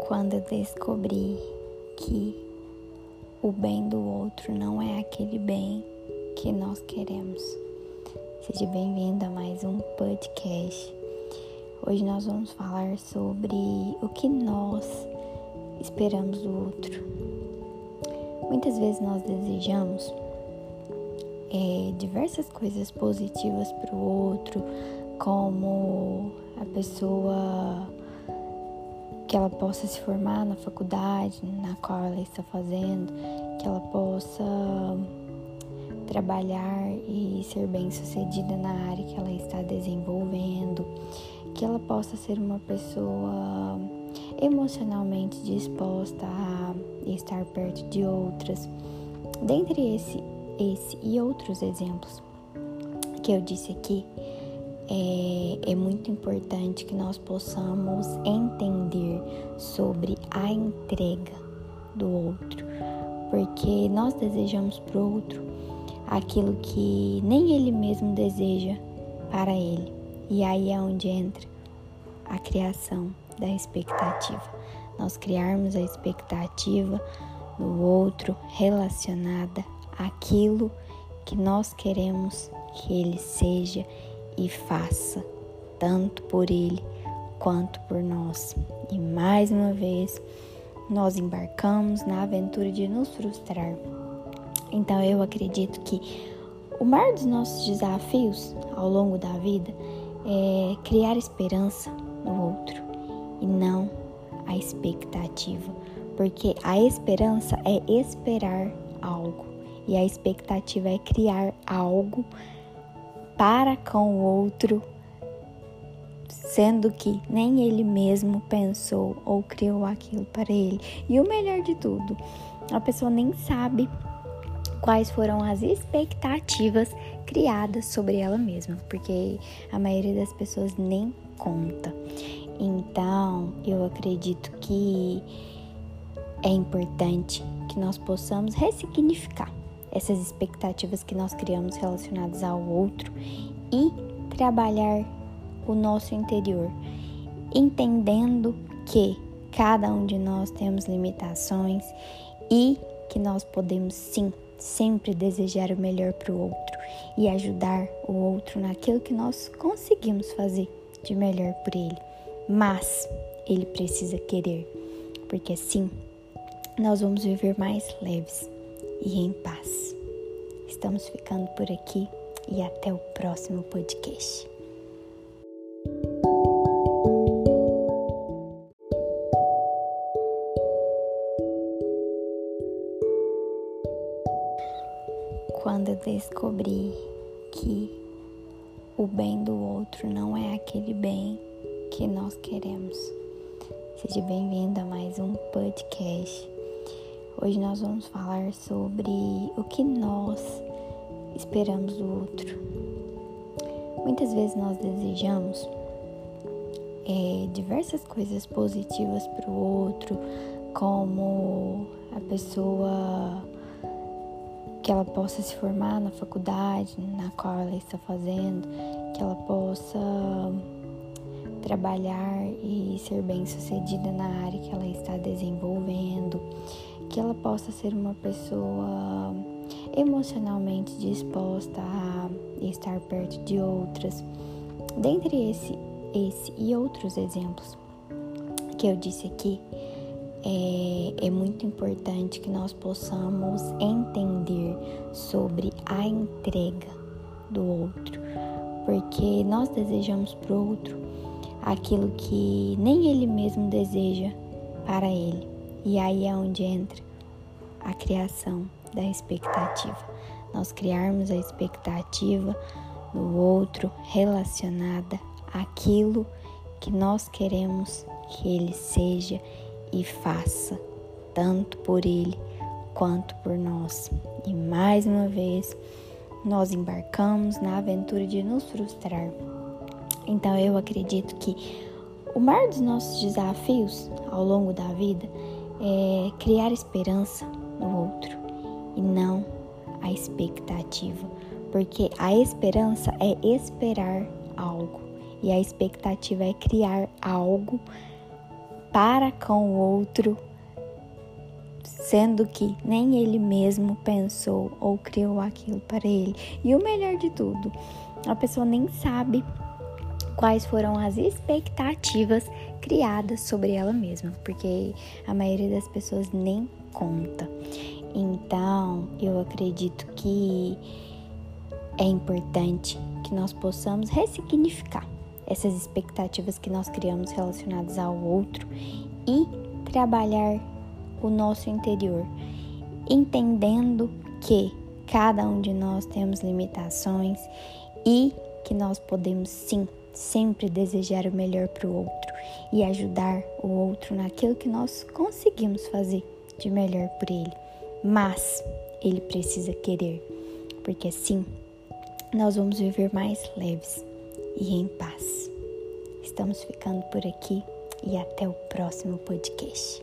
Quando eu descobri que o bem do outro não é aquele bem que nós queremos. Seja bem-vindo a mais um podcast. Hoje nós vamos falar sobre o que nós esperamos do outro. Muitas vezes nós desejamos diversas coisas positivas para o outro, como a pessoa que ela possa se formar na faculdade na qual ela está fazendo, que ela possa trabalhar e ser bem-sucedida na área que ela está desenvolvendo, que ela possa ser uma pessoa emocionalmente disposta a estar perto de outras. Dentre esse e outros exemplos que eu disse aqui, é muito importante que nós possamos entender sobre a entrega do outro, porque nós desejamos para o outro aquilo que nem ele mesmo deseja para ele. E aí é onde entra a criação da expectativa. Nós criarmos a expectativa no outro relacionada àquilo que nós queremos que ele seja e faça, tanto por ele quanto por nós. E mais uma vez, nós embarcamos na aventura de nos frustrar. Então eu acredito que o maior dos nossos desafios ao longo da vida é criar esperança no outro e não a expectativa, porque a esperança é esperar algo e a expectativa é criar algo para com o outro, sendo que nem ele mesmo pensou ou criou aquilo para ele. E o melhor de tudo, a pessoa nem sabe quais foram as expectativas criadas sobre ela mesma, porque a maioria das pessoas nem conta. Então, eu acredito que é importante que nós possamos ressignificar essas expectativas que nós criamos relacionadas ao outro e trabalhar o nosso interior, entendendo que cada um de nós temos limitações e que nós podemos sim sempre desejar o melhor para o outro e ajudar o outro naquilo que nós conseguimos fazer de melhor por ele. Mas ele precisa querer, porque assim nós vamos viver mais leves e em paz. Estamos ficando por aqui e até o próximo podcast. Quando eu descobri que o bem do outro não é aquele bem que nós queremos. Seja bem-vindo a mais um podcast. Hoje nós vamos falar sobre o que nós esperamos do outro. Muitas vezes nós desejamos diversas coisas positivas para o outro, como a pessoa que ela possa se formar na faculdade na qual ela está fazendo, que ela possa trabalhar e ser bem-sucedida na área que ela está desenvolvendo, que ela possa ser uma pessoa emocionalmente disposta a estar perto de outras. Dentre esse e outros exemplos que eu disse aqui, é muito importante que nós possamos entender sobre a entrega do outro, porque nós desejamos para o outro aquilo que nem ele mesmo deseja para ele. E aí é onde entra a criação da expectativa. Nós criarmos a expectativa no outro relacionada àquilo que nós queremos que ele seja e faça, tanto por ele quanto por nós. E mais uma vez, nós embarcamos na aventura de nos frustrar. Então eu acredito que o maior dos nossos desafios ao longo da vida é criar esperança no outro e não a expectativa, porque a esperança é esperar algo e a expectativa é criar algo para com o outro, sendo que nem ele mesmo pensou ou criou aquilo para ele. E o melhor de tudo, a pessoa nem sabe quais foram as expectativas criadas sobre ela mesma, porque a maioria das pessoas nem conta. Então, eu acredito que é importante que nós possamos ressignificar essas expectativas que nós criamos relacionadas ao outro e trabalhar o nosso interior, entendendo que cada um de nós temos limitações e que nós podemos sim sempre desejar o melhor para o outro e ajudar o outro naquilo que nós conseguimos fazer de melhor por ele. Mas ele precisa querer, porque assim nós vamos viver mais leves e em paz. Estamos ficando por aqui e até o próximo podcast.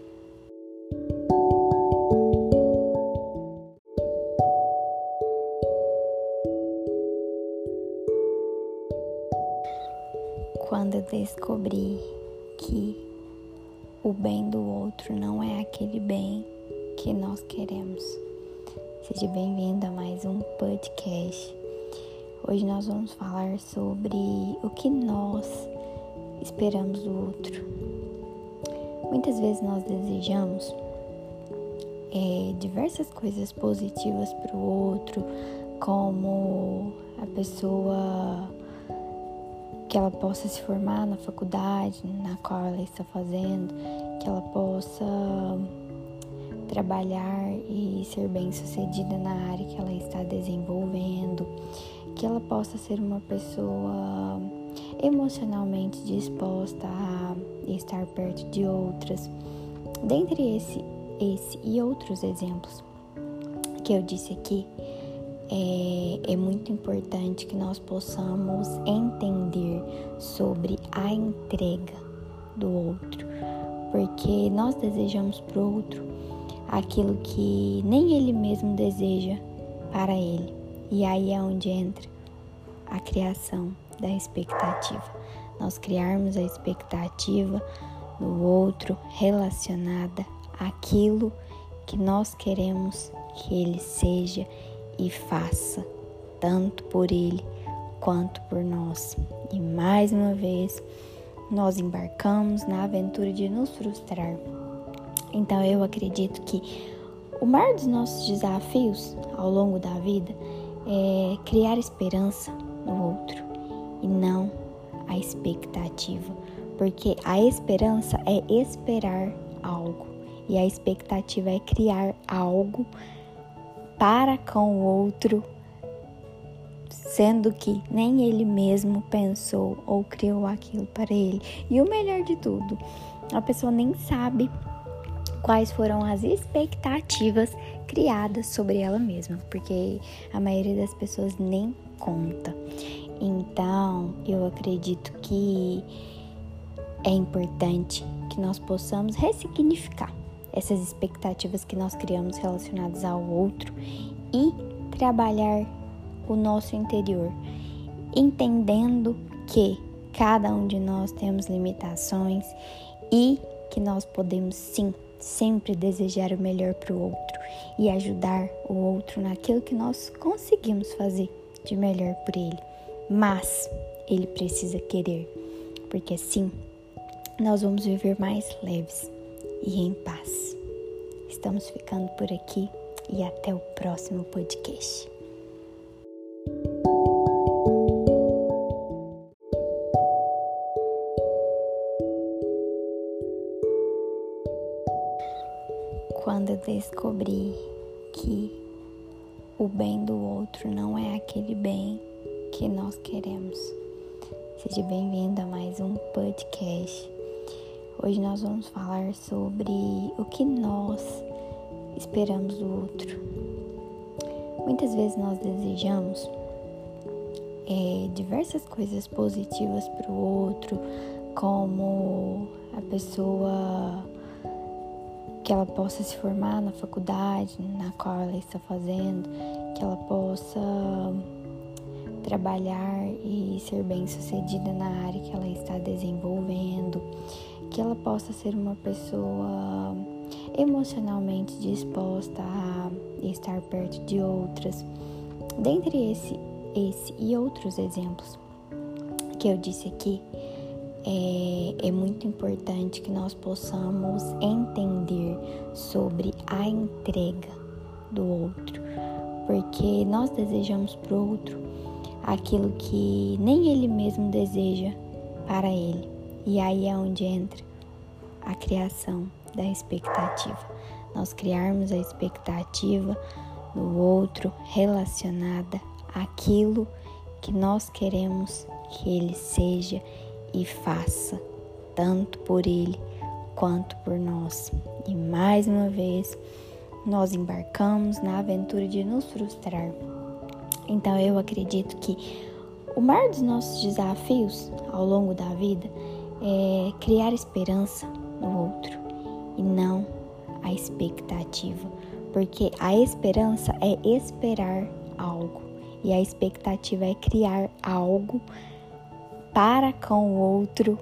Quando eu descobri que o bem do outro não é aquele bem que nós queremos. Seja bem-vindo a mais um podcast. Hoje nós vamos falar sobre o que nós esperamos do outro. Muitas vezes nós desejamos diversas coisas positivas para o outro, como a pessoa que ela possa se formar na faculdade na qual ela está fazendo, que ela possa trabalhar e ser bem-sucedida na área que ela está desenvolvendo, que ela possa ser uma pessoa emocionalmente disposta a estar perto de outras. Dentre esse e outros exemplos que eu disse aqui, é muito importante que nós possamos entender sobre a entrega do outro, porque nós desejamos para o outro aquilo que nem ele mesmo deseja para ele. E aí é onde entra a criação da expectativa. Nós criarmos a expectativa no outro relacionada àquilo que nós queremos que ele seja e faça, tanto por ele quanto por nós. E mais uma vez, nós embarcamos na aventura de nos frustrar. Então eu acredito que o maior dos nossos desafios ao longo da vida é criar esperança no outro e não a expectativa, porque a esperança é esperar algo e a expectativa é criar algo para com o outro, sendo que nem ele mesmo pensou ou criou aquilo para ele. E o melhor de tudo, a pessoa nem sabe quais foram as expectativas criadas sobre ela mesma, porque a maioria das pessoas nem conta. Então, eu acredito que é importante que nós possamos ressignificar essas expectativas que nós criamos relacionadas ao outro e trabalhar o nosso interior, entendendo que cada um de nós temos limitações e que nós podemos sim sempre desejar o melhor para o outro e ajudar o outro naquilo que nós conseguimos fazer de melhor por ele. Mas ele precisa querer, porque assim nós vamos viver mais leves e em paz. Estamos ficando por aqui e até o próximo podcast. Quando eu descobri que o bem do outro não é aquele bem que nós queremos. Seja bem-vindo a mais um podcast. Hoje nós vamos falar sobre o que nós esperamos do outro. Muitas vezes nós desejamos diversas coisas positivas para o outro, como a pessoa que ela possa se formar na faculdade na qual ela está fazendo, que ela possa trabalhar e ser bem-sucedida na área que ela está desenvolvendo, que ela possa ser uma pessoa emocionalmente disposta a estar perto de outras. Dentre esse e outros exemplos que eu disse aqui, é muito importante que nós possamos entender sobre a entrega do outro, porque nós desejamos para o outro aquilo que nem ele mesmo deseja para ele. E aí é onde entra a criação da expectativa. Nós criarmos a expectativa no outro relacionada àquilo que nós queremos que ele seja e faça, tanto por ele quanto por nós. E mais uma vez, nós embarcamos na aventura de nos frustrar. Então eu acredito que o maior dos nossos desafios ao longo da vida é criar esperança no outro e não a expectativa, porque a esperança é esperar algo e a expectativa é criar algo para com o outro,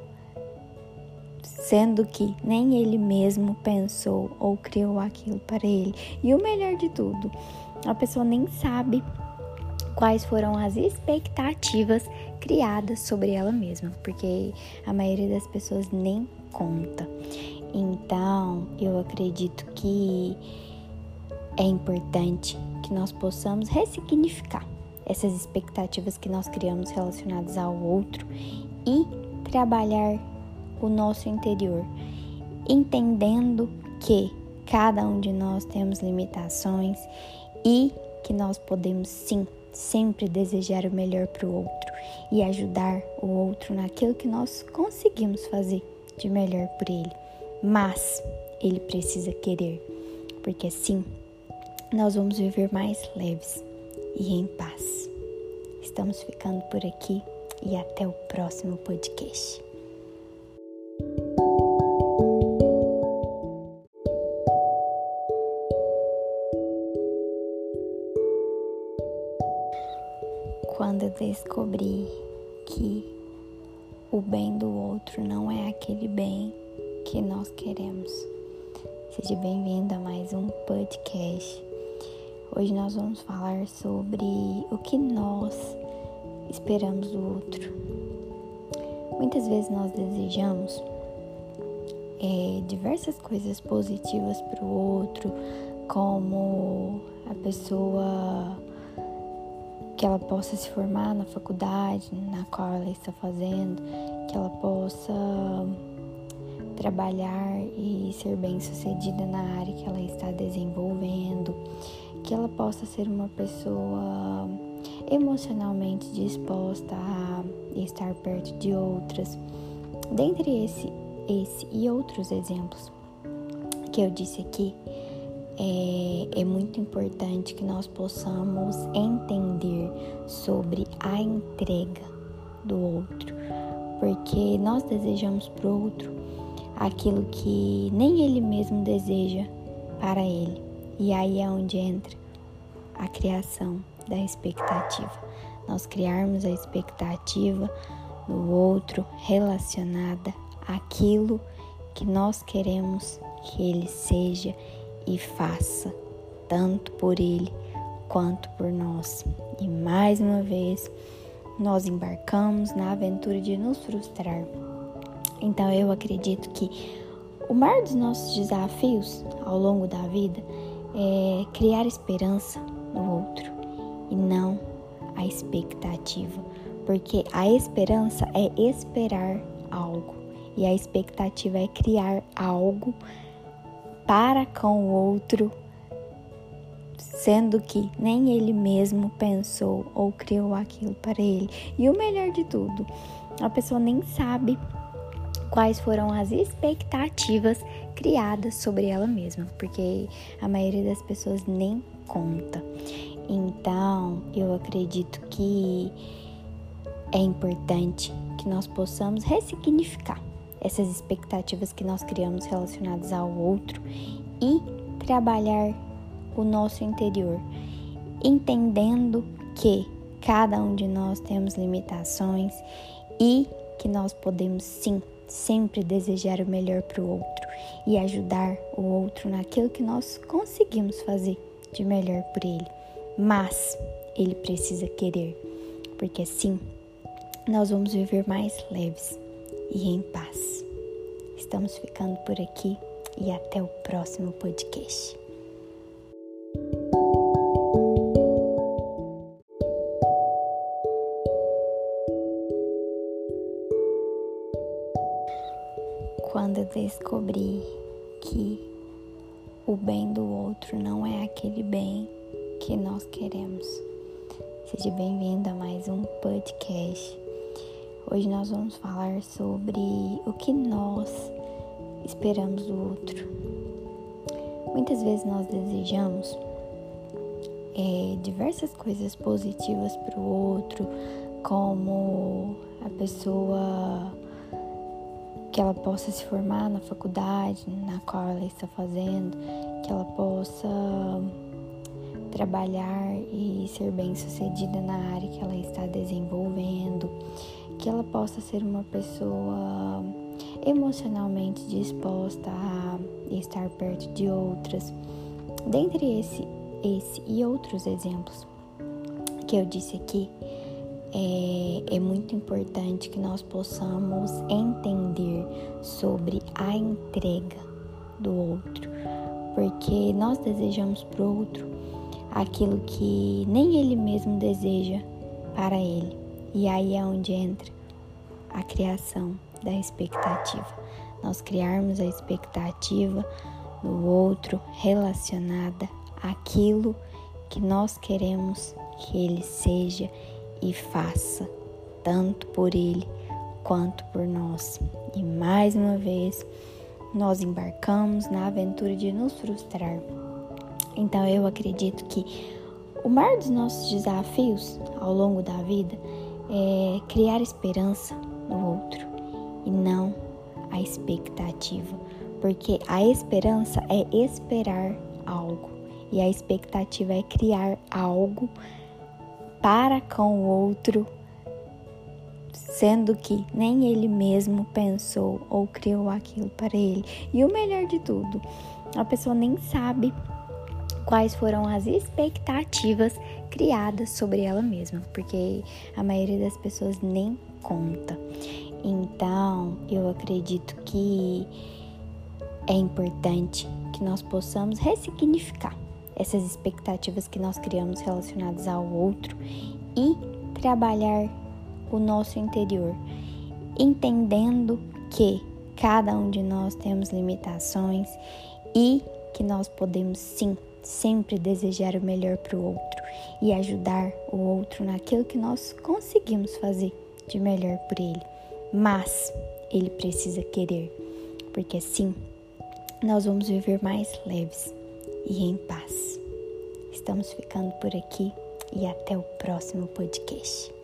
sendo que nem ele mesmo pensou ou criou aquilo para ele. E o melhor de tudo, a pessoa nem sabe quais foram as expectativas criadas sobre ela mesma, porque a maioria das pessoas nem conta. Então, eu acredito que é importante que nós possamos ressignificar essas expectativas que nós criamos relacionadas ao outro e trabalhar o nosso interior, entendendo que cada um de nós temos limitações e que nós podemos sim sempre desejar o melhor para o outro e ajudar o outro naquilo que nós conseguimos fazer de melhor por ele. Mas ele precisa querer, porque assim nós vamos viver mais leves e em paz. Estamos ficando por aqui e até o próximo podcast. Quando eu descobri que o bem do outro não é aquele bem que nós queremos. Seja bem-vindo a mais um podcast. Hoje nós vamos falar sobre o que nós esperamos do outro. Muitas vezes nós desejamos diversas coisas positivas para o outro, como a pessoa que ela possa se formar na faculdade na qual ela está fazendo, que ela possa trabalhar e ser bem-sucedida na área que ela está desenvolvendo, que ela possa ser uma pessoa emocionalmente disposta a estar perto de outras. Dentre esse e outros exemplos que eu disse aqui, é muito importante que nós possamos entender sobre a entrega do outro, porque nós desejamos para o outro aquilo que nem ele mesmo deseja para ele. E aí é onde entra a criação da expectativa. Nós criarmos a expectativa no outro relacionada àquilo que nós queremos que ele seja e faça, tanto por ele quanto por nós. E mais uma vez, nós embarcamos na aventura de nos frustrar. Então eu acredito que o maior dos nossos desafios ao longo da vida é criar esperança no outro e não a expectativa, porque a esperança é esperar algo e a expectativa é criar algo para com o outro, sendo que nem ele mesmo pensou ou criou aquilo para ele. E o melhor de tudo, a pessoa nem sabe quais foram as expectativas criadas sobre ela mesma, porque a maioria das pessoas nem conta. Então, eu acredito que é importante que nós possamos ressignificar essas expectativas que nós criamos relacionadas ao outro e trabalhar o nosso interior, entendendo que cada um de nós temos limitações e que nós podemos sim sempre desejar o melhor para o outro e ajudar o outro naquilo que nós conseguimos fazer de melhor por ele. Mas ele precisa querer, porque assim nós vamos viver mais leves e em paz. Estamos ficando por aqui e até o próximo podcast. Quando eu descobri que o bem do outro não é aquele bem que nós queremos. Seja bem-vindo a mais um podcast. Hoje nós vamos falar sobre o que nós esperamos do outro. Muitas vezes nós desejamos diversas coisas positivas para o outro, como a pessoa que ela possa se formar na faculdade na qual ela está fazendo, que ela possa trabalhar e ser bem-sucedida na área que ela está desenvolvendo, que ela possa ser uma pessoa emocionalmente disposta a estar perto de outras. Dentre esse e outros exemplos que eu disse aqui, é muito importante que nós possamos entender sobre a entrega do outro, porque nós desejamos para o outro aquilo que nem ele mesmo deseja para ele. E aí é onde entra a criação da expectativa. Nós criarmos a expectativa do outro relacionada àquilo que nós queremos que ele seja e faça, tanto por ele quanto por nós. E mais uma vez, nós embarcamos na aventura de nos frustrar. Então eu acredito que o maior dos nossos desafios ao longo da vida é criar esperança no outro e não a expectativa, porque a esperança é esperar algo e a expectativa é criar algo para com o outro, sendo que nem ele mesmo pensou ou criou aquilo para ele. E o melhor de tudo, a pessoa nem sabe quais foram as expectativas criadas sobre ela mesma, porque a maioria das pessoas nem conta. Então, eu acredito que é importante que nós possamos ressignificar essas expectativas que nós criamos relacionadas ao outro e trabalhar o nosso interior, entendendo que cada um de nós temos limitações e que nós podemos sim sempre desejar o melhor para o outro e ajudar o outro naquilo que nós conseguimos fazer de melhor por ele. Mas ele precisa querer, porque assim nós vamos viver mais leves e em paz. Estamos ficando por aqui e até o próximo podcast.